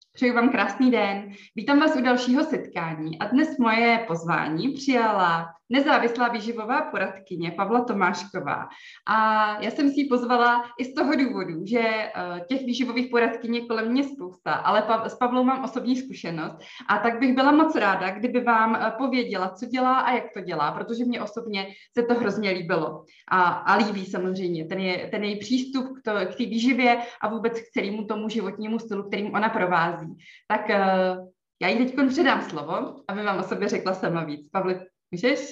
Přeju vám krásný den. Vítám vás u dalšího setkání a dnes moje pozvání přijala nezávislá výživová poradkyně Pavla Tomášková. A já jsem si ji pozvala i z toho důvodu, že těch výživových poradkyň je kolem mě spousta, ale s Pavlou mám osobní zkušenost a tak bych byla moc ráda, kdyby vám pověděla, co dělá a jak to dělá, protože mě osobně se to hrozně líbilo a líbí samozřejmě ten její přístup k té výživě a vůbec k celému tomu životnímu stylu, kterým ona provází. Tak já jí teď předám slovo, aby vám o sobě řekla sama víc. Pavli, můžeš?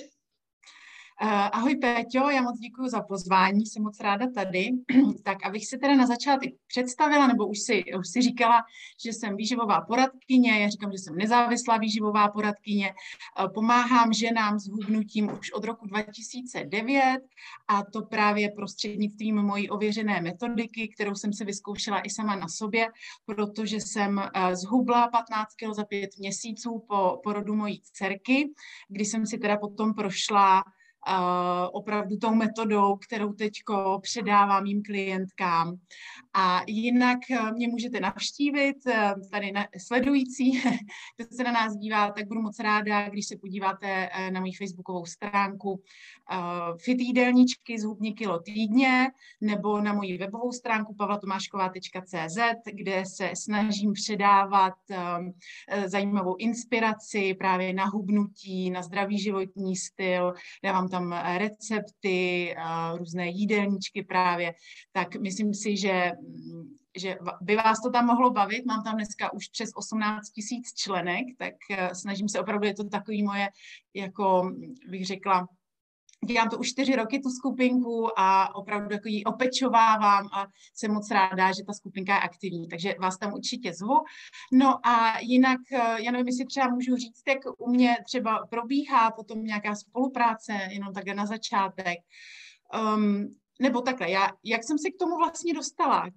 Ahoj Péťo, já moc děkuji za pozvání, jsem moc ráda tady. Tak abych se teda na začátek představila, nebo už si říkala, že jsem výživová poradkyně, já říkám, že jsem nezávislá výživová poradkyně, pomáhám ženám s hubnutím už od roku 2009 a to právě prostřednictvím mojí ověřené metodiky, kterou jsem se vyzkoušela i sama na sobě, protože jsem zhubla 15 kg za 5 měsíců po porodu mojí dcerky, kdy jsem si teda potom prošla opravdu tou metodou, kterou teďko předávám mým klientkám. A jinak mě můžete navštívit, tady sledující, kdo se na nás dívá, tak budu moc ráda, když se podíváte na moji facebookovou stránku Fit jídelníčky zhubni kilo týdně, nebo na moji webovou stránku pavlatomášková.cz, kde se snažím předávat zajímavou inspiraci právě na hubnutí, na zdravý životní styl, dávám tam recepty, různé jídelníčky právě, tak myslím si, že by vás to tam mohlo bavit. Mám tam dneska už přes 18 000 členek, tak snažím se opravdu, je to takový moje, jako bych řekla, dělám to už 4 roky, tu skupinku, a opravdu jako ji opečovávám a jsem moc ráda, že ta skupinka je aktivní, takže vás tam určitě zvu. No a jinak, já nevím, jestli třeba můžu říct, jak u mě třeba probíhá potom nějaká spolupráce, jenom takhle na začátek. Nebo takhle, jak jsem se k tomu vlastně dostala,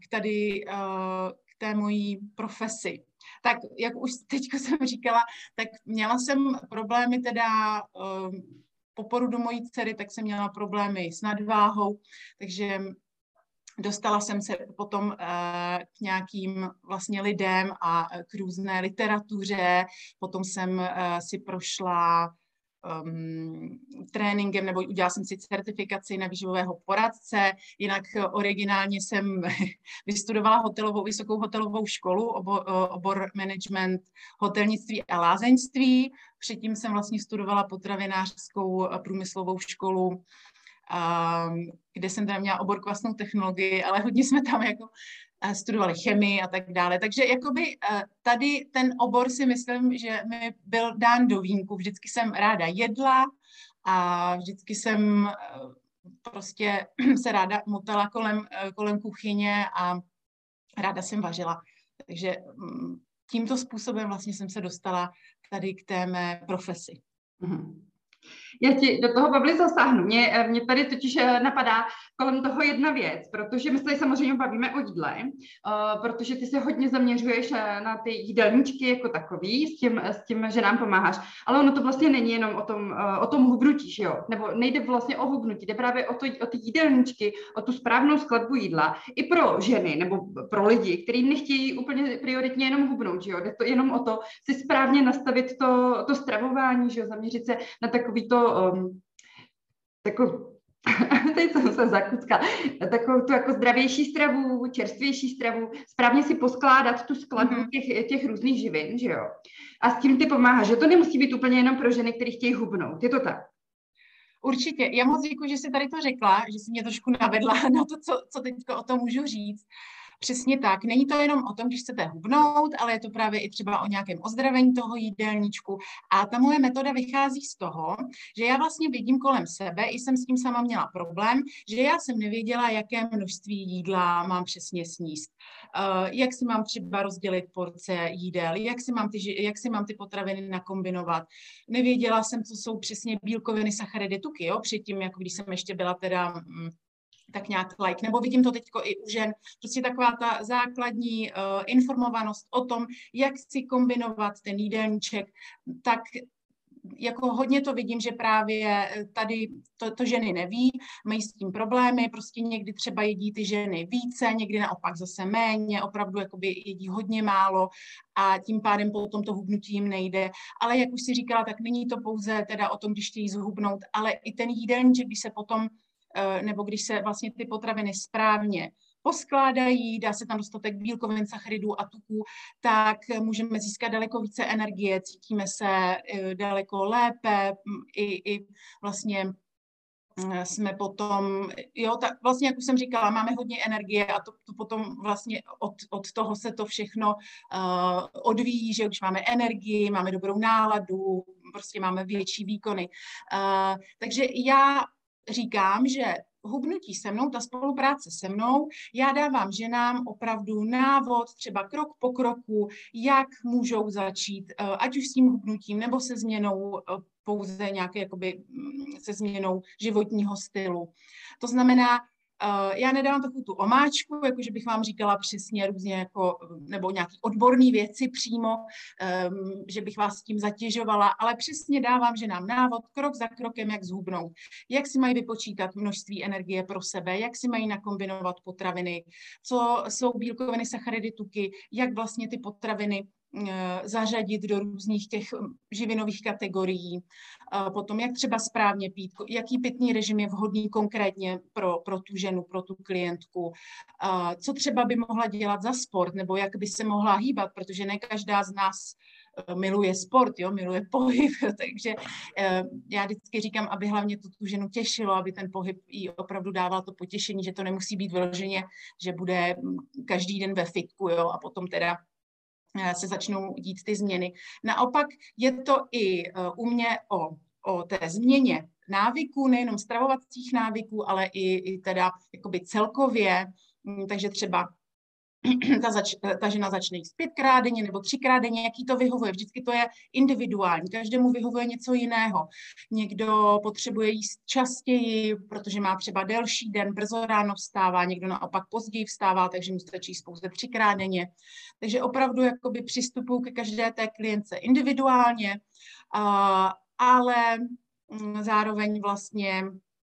k té mojí profesi. Tak jak už teďko jsem říkala, tak měla jsem problémy teda po porodu mojí dcery, tak jsem měla problémy s nadváhou, takže dostala jsem se potom k nějakým vlastně lidem a k různé literatuře, potom jsem si prošla tréninkem, nebo udělala jsem si certifikaci na výživového poradce, jinak originálně jsem vystudovala vysokou hotelovou školu, obor management hotelnictví a lázeňství, předtím jsem vlastně studovala potravinářskou průmyslovou školu, kde jsem teda měla obor kvasnou technologii, ale hodně jsme tam jako studovali chemii a tak dále. Takže jakoby tady ten obor si myslím, že mi byl dán do vínku. Vždycky jsem ráda jedla a vždycky jsem prostě se ráda motala kolem kuchyně a ráda jsem vařila. Takže tímto způsobem vlastně jsem se dostala tady k té mé profesi. Mm-hmm. Já ti do toho, Pavli, zasáhnu. Mě tady totiž napadá kolem toho jedna věc, protože my se tady samozřejmě bavíme o jídle, protože ty se hodně zaměřuješ na ty jídelníčky jako takový, s tím, že nám pomáháš, ale ono to vlastně není jenom o tom hubnutí, že jo? Nebo nejde vlastně o hubnutí, jde právě o ty jídelníčky, o tu správnou skladbu jídla i pro ženy nebo pro lidi, kteří nechtějí úplně prioritně jenom hubnout, že jo? Jde to jenom o to si správně nastavit to stravování, že jo? Zaměřit se na takový teď jsem se zakuckala, takovou tu jako zdravější stravu, čerstvější stravu, správně si poskládat tu skladbu těch různých živin, že jo. A s tím ty pomáháš, že to nemusí být úplně jenom pro ženy, které chtějí hubnout, je to tak? Určitě. Já moc děkuji, že jsi tady to řekla, že jsi mě trošku navedla na to, co teď o tom můžu říct. Přesně tak. Není to jenom o tom, když chcete hubnout, ale je to právě i třeba o nějakém ozdravení toho jídelníčku. A ta moje metoda vychází z toho, že já vlastně vidím kolem sebe, i jsem s tím sama měla problém, že já jsem nevěděla, jaké množství jídla mám přesně sníst. Jak si mám třeba rozdělit porce jídel, jak si mám ty potraviny nakombinovat. Nevěděla jsem, co jsou přesně bílkoviny, sacharidy, tuky, jo? Předtím, jako když jsem ještě byla teda tak nějak nebo vidím to teďko i u žen, prostě taková ta základní informovanost o tom, jak si kombinovat ten jídelníček, tak jako hodně to vidím, že právě tady to ženy neví, mají s tím problémy, prostě někdy třeba jedí ty ženy více, někdy naopak zase méně, opravdu jakoby jedí hodně málo a tím pádem potom to hubnutí jim nejde. Ale jak už si říkala, tak není to pouze teda o tom, když chtějí zhubnout, ale i ten jídelníček, když se potom, nebo když se vlastně ty potraviny správně poskládají, dá se tam dostatek bílkovin, sacharidů a tuků, tak můžeme získat daleko více energie, cítíme se daleko lépe, i vlastně jsme potom, jo, tak vlastně, jak už jsem říkala, máme hodně energie a to potom vlastně od toho se to všechno odvíjí, že když máme energii, máme dobrou náladu, prostě máme větší výkony. Takže já říkám, že hubnutí se mnou, ta spolupráce se mnou, já dávám ženám opravdu návod, třeba krok po kroku, jak můžou začít, ať už s tím hubnutím, nebo se změnou pouze nějaké, jakoby, se změnou životního stylu. To znamená, já nedávám takovou tu omáčku, jakože bych vám říkala přesně různě jako, nebo nějaký odborný věci přímo, že bych vás tím zatěžovala, ale přesně dávám, že nám návod krok za krokem, jak zhubnout, jak si mají vypočítat množství energie pro sebe, jak si mají nakombinovat potraviny, co jsou bílkoviny, sacharidy, tuky, jak vlastně ty potraviny zařadit do různých těch živinových kategorií, potom jak třeba správně pít, jaký pitný režim je vhodný konkrétně pro tu ženu, pro tu klientku, co třeba by mohla dělat za sport, nebo jak by se mohla hýbat, protože ne každá z nás miluje sport, jo, miluje pohyb, takže já vždycky říkám, aby hlavně to tu ženu těšilo, aby ten pohyb jí opravdu dával to potěšení, že to nemusí být vyloženě, že bude každý den ve fitku, jo, a potom teda se začnou dít ty změny. Naopak je to i u mě o té změně návyků, nejenom stravovacích návyků, ale i teda jakoby celkově, takže třeba ta žena začne jíst 5krát denně nebo 3krát denně, jaký to vyhovuje. Vždycky to je individuální, každému vyhovuje něco jiného. Někdo potřebuje jíst častěji, protože má třeba delší den, brzo ráno vstává, někdo naopak později vstává, takže mu stačí jíst pouze 3krát denně. Takže opravdu jakoby přistupuji ke každé té klientce individuálně, ale zároveň vlastně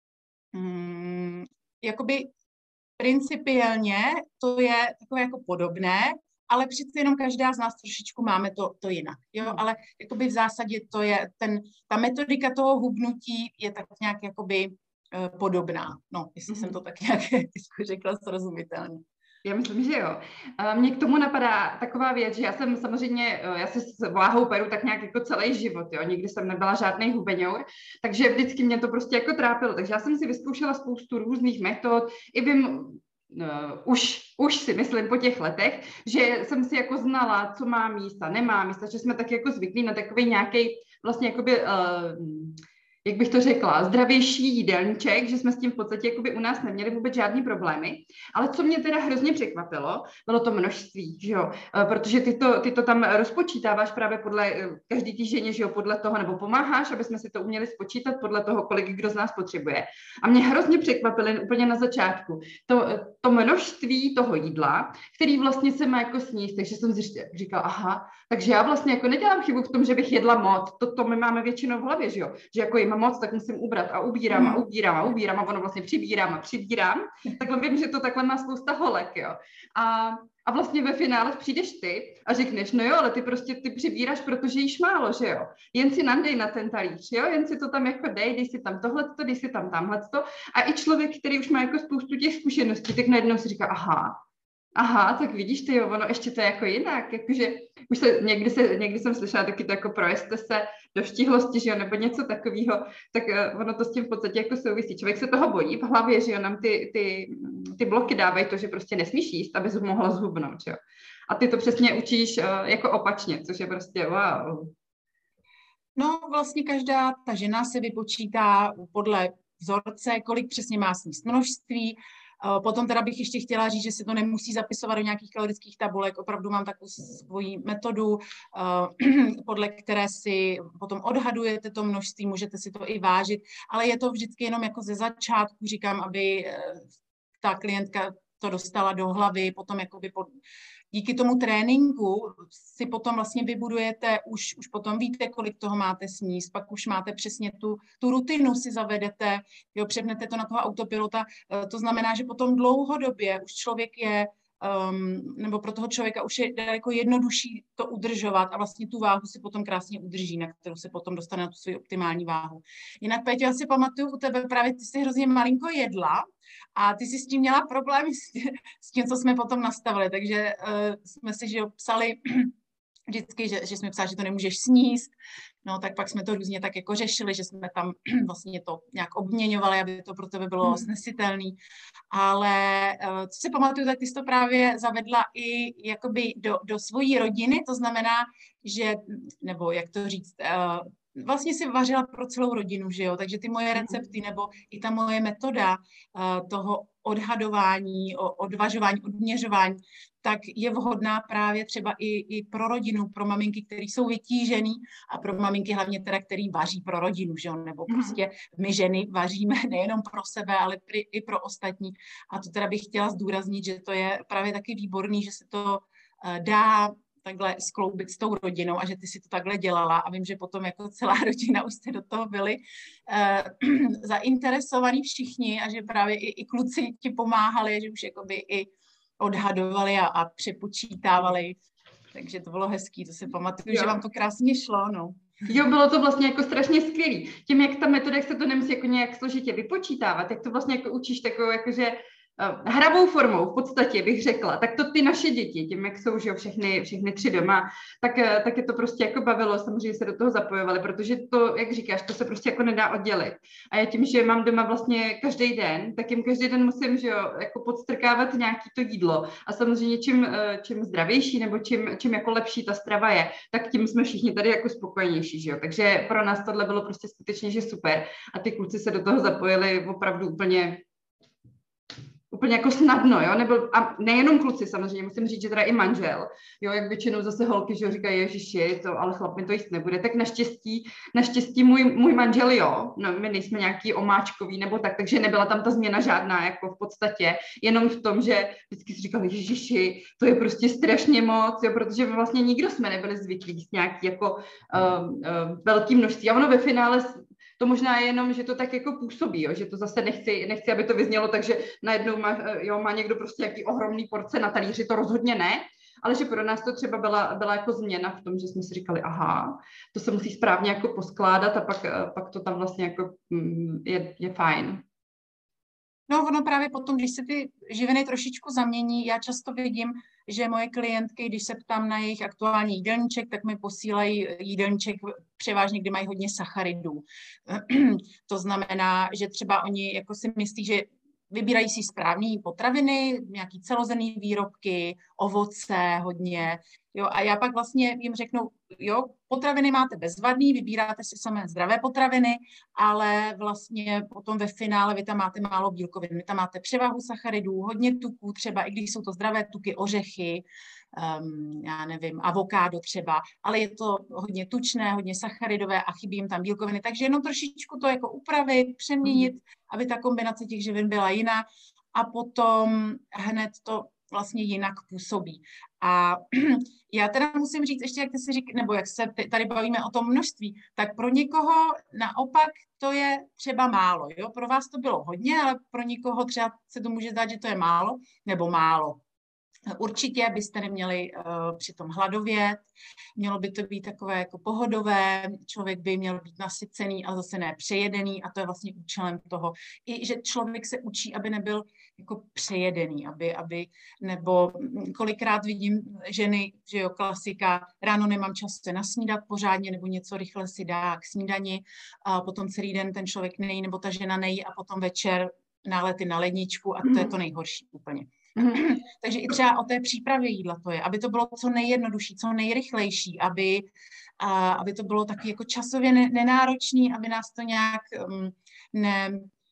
jakoby principiálně to je takové jako podobné, ale přece jenom každá z nás trošičku máme to jinak. Jo? Ale jakoby v zásadě to je ta metodika toho hubnutí je tak nějak jakoby podobná. No, jestli jsem to tak nějak řekla srozumitelně. Já myslím, že jo. Mně k tomu napadá taková věc, že já jsem samozřejmě, já se s váhou peru tak nějak jako celý život, jo. Nikdy jsem nebyla žádný hubeňour, takže vždycky mě to prostě jako trápilo. Takže já jsem si vyzkoušela spoustu různých metod, i vím, už si myslím po těch letech, že jsem si jako znala, co má místa, nemá místa, že jsme tak jako zvyklí na takový nějaký vlastně jakoby jak bych to řekla, zdravější jídelníček, že jsme s tím v podstatě jakoby u nás neměli vůbec žádný problémy. Ale co mě teda hrozně překvapilo, bylo to množství, že jo? Protože ty to tam rozpočítáváš právě podle každý té ženě, že jo, podle toho, nebo pomáháš, aby jsme si to uměli spočítat podle toho, kolik kdo z nás potřebuje. A mě hrozně překvapilo úplně na začátku to množství toho jídla, který vlastně se má jako sníst. Takže jsem si říkala, aha, takže já vlastně jako nedělám chybu v tom, že bych jedla moc. To my máme většinou v hlavě, že jo? Že jako jim moc, tak musím ubrat a ubírám a ono vlastně přibírám a přibírám. Takhle vím, že to takhle má spousta holek, jo. A vlastně ve finále přijdeš ty a řekneš, no jo, ale ty přibíráš, protože jíš málo, že jo. Jen si nandej na ten talíř, jo, jen si to tam jako dej si tam tohleto, dej si tam tamhleto. A i člověk, který už má jako spoustu těch zkušeností, tak najednou si říká, aha, tak vidíš ty, jo, ono ještě to je jako jinak, jakože už někdy jsem slyšela taky to jako projezte se do štíhlosti, že jo, nebo něco takového, tak ono to s tím v podstatě jako souvisí. Člověk se toho bojí v hlavě, že jo, nám ty bloky dávají to, že prostě nesmíš jíst, aby mohla zhubnout, že jo. A ty to přesně učíš jako opačně, což je prostě wow. No vlastně každá ta žena se vypočítá podle vzorce, kolik přesně má sníst množství. Potom teda bych ještě chtěla říct, že se to nemusí zapisovat do nějakých kalorických tabulek. Opravdu mám takovou svoji metodu, podle které si potom odhadujete to množství, můžete si to i vážit, ale je to vždycky jenom jako ze začátku, říkám, aby ta klientka to dostala do hlavy, potom jakoby díky tomu tréninku si potom vlastně vybudujete, už potom víte, kolik toho máte sníst, pak už máte přesně tu rutinu si zavedete, jo, přepnete to na toho autopilota, to znamená, že potom dlouhodobě už člověk je, nebo pro toho člověka už je daleko jednodušší to udržovat a vlastně tu váhu si potom krásně udrží, na kterou se potom dostane na tu svou optimální váhu. Jinak, Péťo, já si pamatuju u tebe, právě ty jsi hrozně malinko jedla a ty jsi s tím měla problém s tím, co jsme potom nastavili, takže jsme si že psali vždycky, že jsme psali, že to nemůžeš sníst, no tak pak jsme to různě tak jako řešili, že jsme tam vlastně to nějak obměňovali, aby to pro tebe bylo snesitelné. Ale co si pamatuju, tak ty jsi to právě zavedla i jakoby do svojí rodiny, to znamená, že, nebo jak to říct, vlastně si vařila pro celou rodinu, že jo, takže ty moje recepty nebo i ta moje metoda toho odhadování, odvažování, odměřování, tak je vhodná právě třeba i pro rodinu, pro maminky, které jsou vytížený a pro maminky hlavně teda, který vaří pro rodinu, že jo, nebo prostě my ženy vaříme nejenom pro sebe, ale i pro ostatní. A to teda bych chtěla zdůraznit, že to je právě taky výborný, že se to dá takhle skloubit s tou rodinou a že ty si to takhle dělala a vím, že potom jako celá rodina už jste do toho byli zainteresovaní všichni a že právě i kluci ti pomáhali, že už jakoby i odhadovali a přepočítávali, takže to bylo hezký, to si pamatuju, že vám to krásně šlo, no. Jo, bylo to vlastně jako strašně skvělý. Tím, jak ta metoda, jak se to nemusí jako nějak složitě vypočítávat, jak to vlastně jako učíš takovou jakože hravou formou v podstatě bych řekla, tak to ty naše děti, tím jak jsou že všechny 3 doma, tak je to prostě jako bavilo, samozřejmě se do toho zapojovali, protože to, jak říkáš, to se prostě jako nedá oddělit. A já tím, že mám doma vlastně každý den, tak jim každý den musím, že jo, jako podstrkávat nějaký to jídlo. A samozřejmě čím zdravější nebo čím jako lepší ta strava je, tak tím jsme všichni tady jako spokojenější, že jo. Takže pro nás tohle bylo prostě skutečně, že super. A ty kluci se do toho zapojili opravdu úplně jako snadno, jo, nebyl, a nejenom kluci samozřejmě, musím říct, že teda i manžel, jo, jak většinou zase holky, že jo, říkají, ježiši, to, ale chlap mi to jíst nebude, tak naštěstí můj manžel, jo, no, my nejsme nějaký omáčkový nebo tak, takže nebyla tam ta změna žádná, jako v podstatě, jenom v tom, že vždycky si říkali, ježiši, to je prostě strašně moc, jo, protože vlastně nikdo jsme nebyli zvyklí s nějaký jako velký množství a ono ve finále to možná je jenom, že to tak jako působí, jo? Že to zase nechci, aby to vyznělo, takže najednou má někdo prostě nějaký ohromný porce na talíři, to rozhodně ne, ale že pro nás to třeba byla jako změna v tom, že jsme si říkali, aha, to se musí správně jako poskládat a pak to tam vlastně jako je fajn. No ono právě potom, když se ty živiny trošičku zamění, já často vidím, že moje klientky, když se ptám na jejich aktuální jídelníček, tak mi posílají jídelníček převážně, kdy mají hodně sacharidů. To znamená, že třeba oni jako si myslí, že vybírají si správné potraviny, nějaký celozrnný výrobky, ovoce hodně, jo, a já pak vlastně jim řeknu, jo, potraviny máte bezvadný, vybíráte si samé zdravé potraviny, ale vlastně potom ve finále vy tam máte málo bílkovin, vy tam máte převahu sacharidů, hodně tuků, třeba i když jsou to zdravé tuky, ořechy, já nevím, avokádo třeba, ale je to hodně tučné, hodně sacharidové a chybí jim tam bílkoviny, takže jenom trošičku to jako upravit, přeměnit, aby ta kombinace těch živin byla jiná a potom hned to vlastně jinak působí. A já teda musím říct, ještě jak ty si říkáš, nebo jak se tady bavíme o tom množství, tak pro někoho naopak to je třeba málo, jo? Pro vás to bylo hodně, ale pro někoho třeba se to může zdát, že to je málo, nebo málo. Určitě byste neměli přitom hladovět, mělo by to být takové jako pohodové, člověk by měl být nasycený a zase ne přejedený a to je vlastně účelem toho. I že člověk se učí, aby nebyl jako přejedený, aby nebo kolikrát vidím ženy, že jo, klasika, ráno nemám čas se nasnídat pořádně nebo něco rychle si dá k snídani a potom celý den ten člověk nejí nebo ta žena nejí a potom večer nálety na ledničku a to je to nejhorší úplně. Takže i třeba o té přípravě jídla to je, aby to bylo co nejjednodušší, co nejrychlejší, aby to bylo taky jako časově nenáročný, aby nás to nějak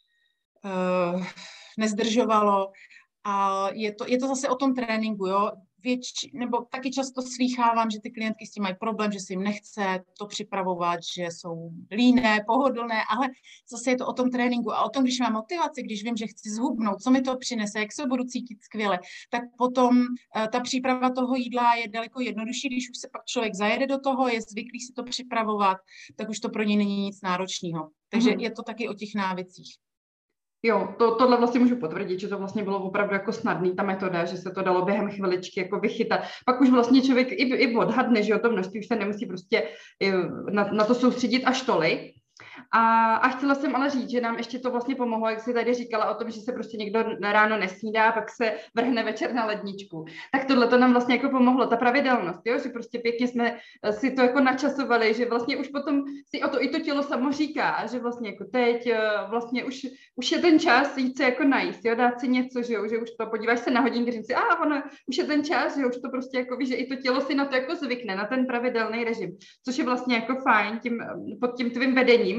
nezdržovalo. A je to zase o tom tréninku, jo. nebo taky často slýchávám, že ty klientky s tím mají problém, že se jim nechce to připravovat, že jsou líné, pohodlné, ale zase je to o tom tréninku a o tom, když mám motivaci, když vím, že chci zhubnout, co mi to přinese, jak se budu cítit skvěle, tak potom ta příprava toho jídla je daleko jednodušší, když už se pak člověk zajede do toho, je zvyklý si to připravovat, tak už to pro něj není nic náročného. Takže je to taky o těch návycích. Jo, tohle vlastně můžu potvrdit, že to vlastně bylo opravdu jako snadný ta metoda, že se to dalo během chviličky jako vychytat. Pak už vlastně člověk i odhadne, že o to množství už se nemusí prostě na to soustředit až tolik. A chtěla jsem ale říct, že nám ještě to vlastně pomohlo, jak jsi tady říkala o tom, že se prostě někdo ráno nesnídá, pak se vrhne večer na ledničku. Tak tohle to nám vlastně jako pomohlo, ta pravidelnost, jo? Že prostě pěkně jsme si to jako načasovali, že vlastně už potom si o to i to tělo samo říká, že vlastně jako teď vlastně už je ten čas jít se jako najíst, jo? Dát si něco, že už to podíváš se na hodinky, říct si, ono už je ten čas, že už to prostě jako víš, že i to tělo si na to jako zvykne, na ten pravidelný režim, což je vlastně jako fajn pod tím tvým vedením,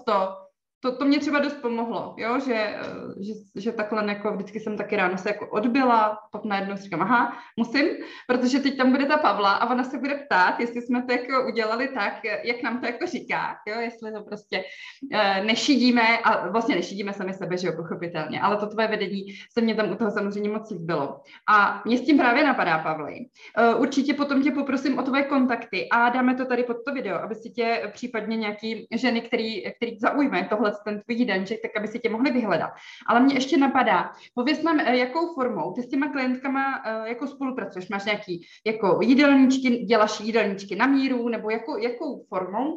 to mě třeba dost pomohlo, jo? Že takhle jako vždycky jsem taky ráno se jako odbyla, pak najednou si říkám, musím, protože teď tam bude ta Pavla a ona se bude ptát, jestli jsme to jako udělali tak, jak nám to jako říká, jo? Jestli to prostě nešidíme a vlastně nešidíme sami sebe, že jo, pochopitelně, ale to tvoje vedení se mě tam u toho samozřejmě moc líbilo. A mě s tím právě napadá, Pavli. Určitě potom tě poprosím o tvoje kontakty a dáme to tady pod to video, aby si tě případně nějaký ženy, který zaujme tohle ten tvůj jídelníček, tak aby si tě mohli vyhledat. Ale mě ještě napadá, pověz nám, jakou formou ty s těma klientkama jako spolupracuješ, máš nějaký jako jídelníčky, děláš jídelníčky na míru, nebo jakou formou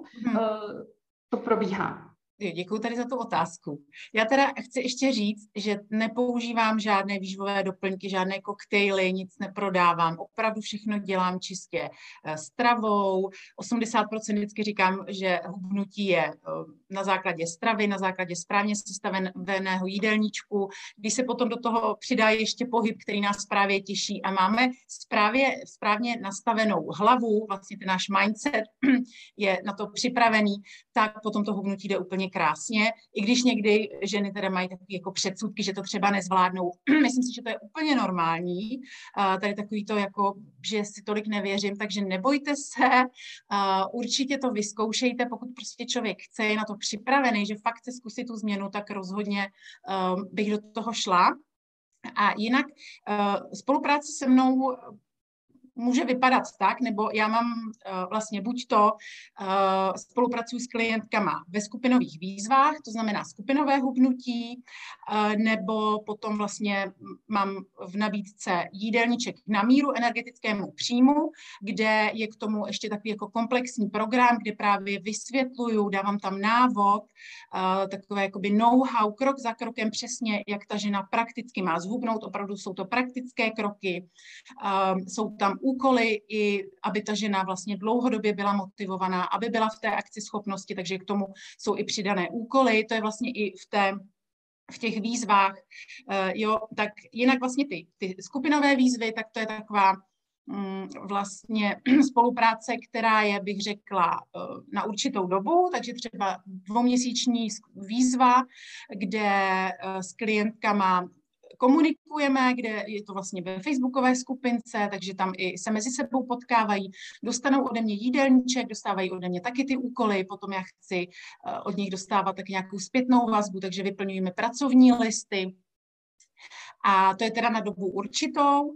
to probíhá? Děkuji tady za tu otázku. Já teda chci ještě říct, že nepoužívám žádné výživové doplňky, žádné koktejly, nic neprodávám. Opravdu všechno dělám čistě stravou. 80% vždycky říkám, že hubnutí je na základě stravy, na základě správně sestaveného jídelníčku. Když se potom do toho přidá ještě pohyb, který nás právě těší a máme správně nastavenou hlavu, vlastně ten náš mindset je na to připravený, tak potom to hubnutí jde úplně krásně, i když někdy ženy teda mají takové jako předsudky, že to třeba nezvládnou. Myslím si, že to je úplně normální. Tady takový to jako, že si tolik nevěřím, takže nebojte se, určitě to vyzkoušejte, pokud prostě člověk chce, je na to připravený, že fakt chce zkusit tu změnu, tak rozhodně bych do toho šla. A jinak spolupráce se mnou může vypadat tak, nebo já mám vlastně buď to spolupracuji s klientkama ve skupinových výzvách, to znamená skupinové hubnutí, nebo potom vlastně mám v nabídce jídelníček na míru energetickému příjmu, kde je k tomu ještě takový jako komplexní program, kde právě vysvětluju, dávám tam návod, takové jakoby know-how, krok za krokem přesně, jak ta žena prakticky má zhubnout, opravdu jsou to praktické kroky, jsou tam úkoly, i aby ta žena vlastně dlouhodobě byla motivovaná, aby byla v té akci schopnosti, takže k tomu jsou i přidané úkoly, to je vlastně i v těch výzvách, jo, tak jinak vlastně ty skupinové výzvy, tak to je taková vlastně spolupráce, která je, bych řekla, na určitou dobu, takže třeba 2měsíční výzva, kde s klientkama komunikujeme, kde je to vlastně ve facebookové skupince, takže tam i se mezi sebou potkávají, dostanou ode mě jídelníček, dostávají ode mě taky ty úkoly, potom já chci od nich dostávat taky nějakou zpětnou vazbu, takže vyplňujeme pracovní listy. A to je teda na dobu určitou.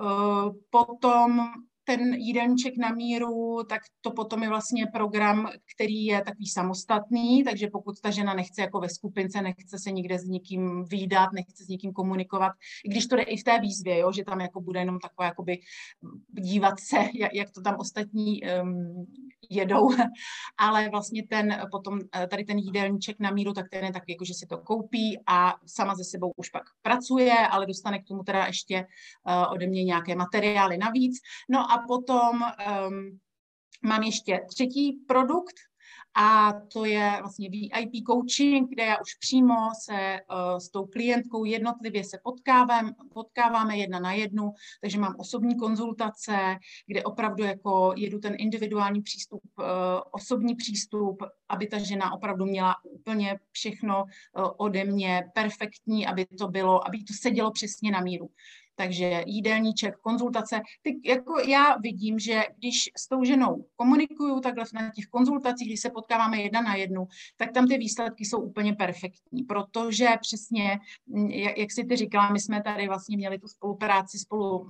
Potom ten jídelníček na míru, tak to potom je vlastně program, který je takový samostatný, takže pokud ta žena nechce jako ve skupince, nechce se nikde s nikým vídat, nechce s nikým komunikovat, i když to jde i v té výzvě, jo, že tam jako bude jenom takové jakoby dívat se, jak to tam ostatní jedou, ale vlastně potom tady ten jídelníček na míru, tak ten je taky jako, že si to koupí a sama ze sebou už pak pracuje, ale dostane k tomu teda ještě ode mě nějaké materiály navíc. No a potom mám ještě třetí produkt a to je vlastně VIP coaching, kde já už přímo se s tou klientkou jednotlivě se potkáváme 1 na 1, takže mám osobní konzultace, kde opravdu jako jedu ten individuální přístup, osobní přístup, aby ta žena opravdu měla úplně všechno ode mě perfektní, aby to sedělo přesně na míru. Takže jídelníček, konzultace. Jako já vidím, že když s tou ženou komunikuju takhle na těch konzultacích, když se potkáváme 1 na 1, tak tam ty výsledky jsou úplně perfektní, protože přesně, jak jsi ty říkala, my jsme tady vlastně měli tu spolupráci spolu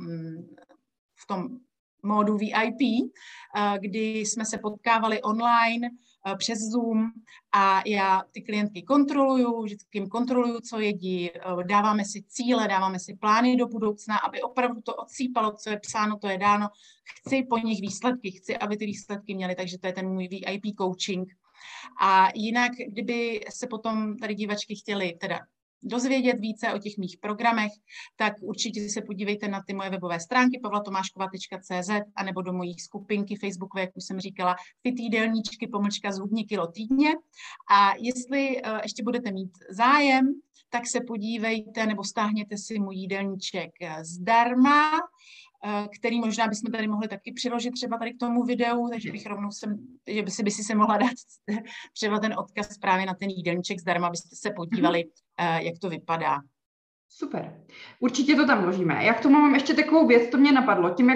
v tom módu VIP, kdy jsme se potkávali online přes Zoom a já ty klientky kontroluju, vždycky jim kontroluju, co jedí, dáváme si cíle, dáváme si plány do budoucna, aby opravdu to odsýpalo, co je psáno, to je dáno. Chci po nich výsledky, chci, aby ty výsledky měly, takže to je ten můj VIP coaching. A jinak, kdyby se potom tady divačky chtěly teda dozvědět více o těch mých programech, tak určitě se podívejte na ty moje webové stránky pavlatomášková.cz anebo do mojí skupinky facebookové, jak už jsem říkala, Fit jídelníčky / zhubni kilo týdně. A jestli ještě budete mít zájem, tak se podívejte nebo stáhněte si můj jídelníček zdarma, který možná bychom tady mohli taky přiložit třeba tady k tomu videu, takže bych rovnou že by si se mohla dát třeba ten odkaz právě na ten jídelníček zdarma, abyste se podívali, jak to vypadá. Super. Určitě to tam vložíme. Já k tomu mám ještě takovou věc, to mě napadlo. Tím,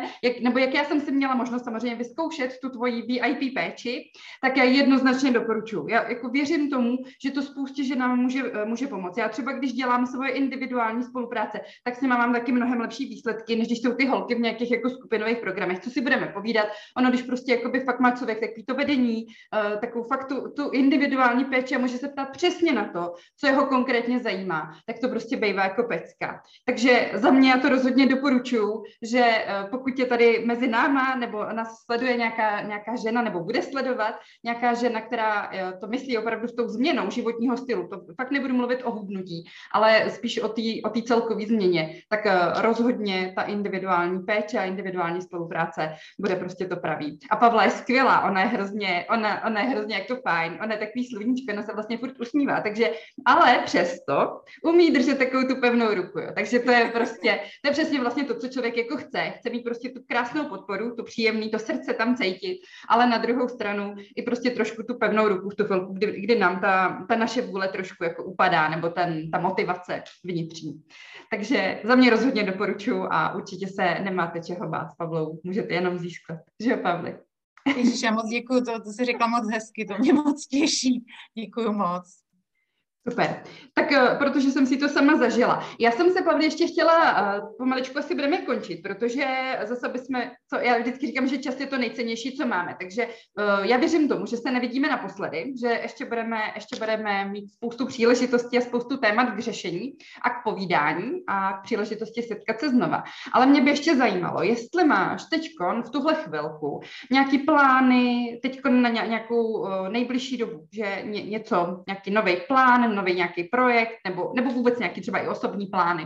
jak já jsem si měla možnost samozřejmě vyzkoušet tu tvoji VIP péči, tak já jednoznačně doporučuji. Já jako věřím tomu, že to spoustě ženám může pomoct. Já třeba, když dělám svoje individuální spolupráce, tak s nimi mám taky mnohem lepší výsledky, než když jsou ty holky v nějakých jako skupinových programech. Co si budeme povídat? Ono, když prostě jakoby fakt má člověk takový to vedení, takovou fakt tu individuální péči a může se ptát přesně na to, co jeho konkrétně zajímá, tak to prostě bývá jako pecka. Takže za mě já to rozhodně doporučuji, že pokud je tady mezi náma nebo nás sleduje nějaká žena nebo bude sledovat nějaká žena, která to myslí opravdu s tou změnou životního stylu, to fakt nebudu mluvit o hubnutí, ale spíš o té celkové změně, tak rozhodně ta individuální péče a individuální spolupráce bude prostě to pravý. A Pavla je skvělá, ona je hrozně jako fajn, ona je takový sluníčko, ona se vlastně furt usmívá, takže ale přesto umí držet takovou tu pevnou ruku, jo. Takže to je přesně vlastně to, co člověk jako chce mít prostě tu krásnou podporu, tu příjemný, to srdce tam cítit, ale na druhou stranu i prostě trošku tu pevnou ruku v tu chvilku, kdy nám ta naše vůle trošku jako upadá, nebo ta motivace vnitřní. Takže za mě rozhodně doporučuji a určitě se nemáte čeho bát s Pavlou, můžete jenom získat, že jo, Pavli? Ježiš, já moc děkuju, to jsi řekla moc hezky, to mě moc těší, děkuju moc. Super. Tak protože jsem si to sama zažila. Já jsem se, Pavli, ještě chtěla, pomaličku asi budeme končit, protože zase já vždycky říkám, že čas je to nejcennější, co máme, takže já věřím tomu, že se nevidíme naposledy, že ještě budeme mít spoustu příležitostí a spoustu témat k řešení a k povídání a k příležitosti setkat se znova. Ale mě by ještě zajímalo, jestli máš teďkon v tuhle chvilku nějaký plány teďkon na nějakou nejbližší dobu, že nějaký nový plán, nový nějaký projekt, nebo vůbec nějaký třeba i osobní plány?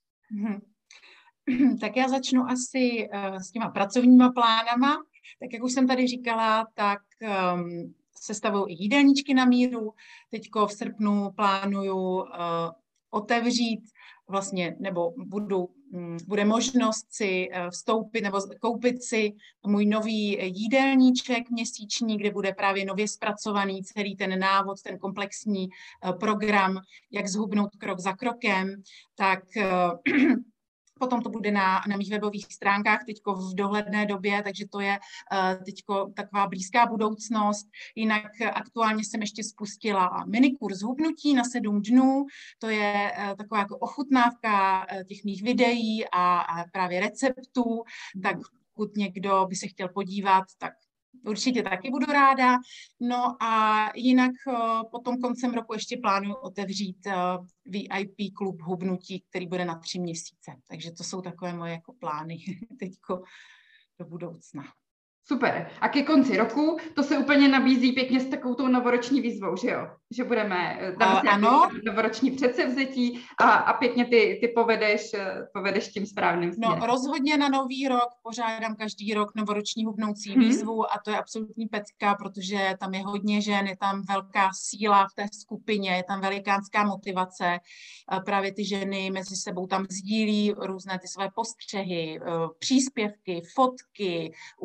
Tak já začnu asi s těma pracovníma plánama. Tak jak už jsem tady říkala, tak sestavuju i jídelníčky na míru. Teďko v srpnu plánuju otevřít vlastně, nebo bude možnost si vstoupit nebo koupit si můj nový jídelníček měsíční, kde bude právě nově zpracovaný celý ten návod, ten komplexní program, jak zhubnout krok za krokem, tak potom to bude na mých webových stránkách teďko v dohledné době, takže to je teďko taková blízká budoucnost. Jinak aktuálně jsem ještě spustila minikurs hubnutí na 7 dnů. To je taková jako ochutnávka těch mých videí a právě receptů. Tak pokud někdo by se chtěl podívat, tak určitě taky budu ráda. No a jinak potom koncem roku ještě plánuju otevřít VIP klub hubnutí, který bude na 3 měsíce. Takže to jsou takové moje jako plány teďko do budoucna. Super. A ke konci roku to se úplně nabízí pěkně s takovou tou novoroční výzvou, že jo? Že budeme tam novoroční předsevzetí a pěkně ty povedeš tím správným směrem. No rozhodně na nový rok pořádám každý rok novoroční hubnoucí výzvu a to je absolutní pecka, protože tam je hodně žen, je tam velká síla v té skupině, je tam velikánská motivace. Právě ty ženy mezi sebou tam sdílí různé ty své postřehy, příspěvky, fotky, úspěchy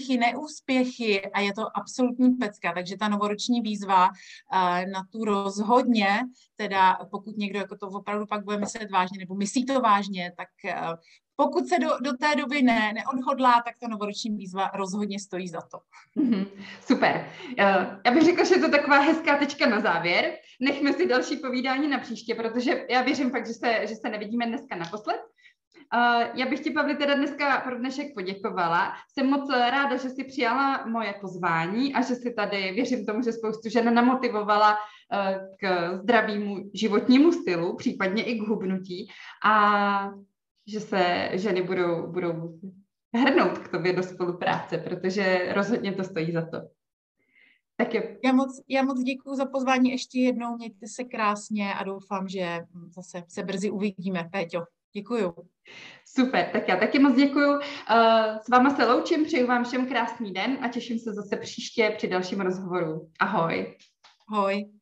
úspěchy, neúspěchy a je to absolutní pecka, takže ta novoroční výzva na tu rozhodně, teda pokud někdo jako to opravdu pak bude myslet vážně, nebo myslí to vážně, tak pokud se do té doby neodhodlá, tak ta novoroční výzva rozhodně stojí za to. Super. Já bych řekla, že je to taková hezká tečka na závěr. Nechme si další povídání na příště, protože já věřím fakt, že se nevidíme dneska naposled. Já bych ti, Pavli, teda dneska pro dnešek poděkovala. Jsem moc ráda, že jsi přijala moje pozvání a že jsi tady, věřím tomu, že spoustu žen namotivovala k zdravému životnímu stylu, případně i k hubnutí a že se ženy budou hrnout k tobě do spolupráce, protože rozhodně to stojí za to. Tak jo. Já moc děkuji za pozvání ještě jednou, mějte se krásně a doufám, že zase se brzy uvidíme. Péťo, děkuju. Super, tak já taky moc děkuju. S váma se loučím, přeju vám všem krásný den a těším se zase příště při dalším rozhovoru. Ahoj. Ahoj.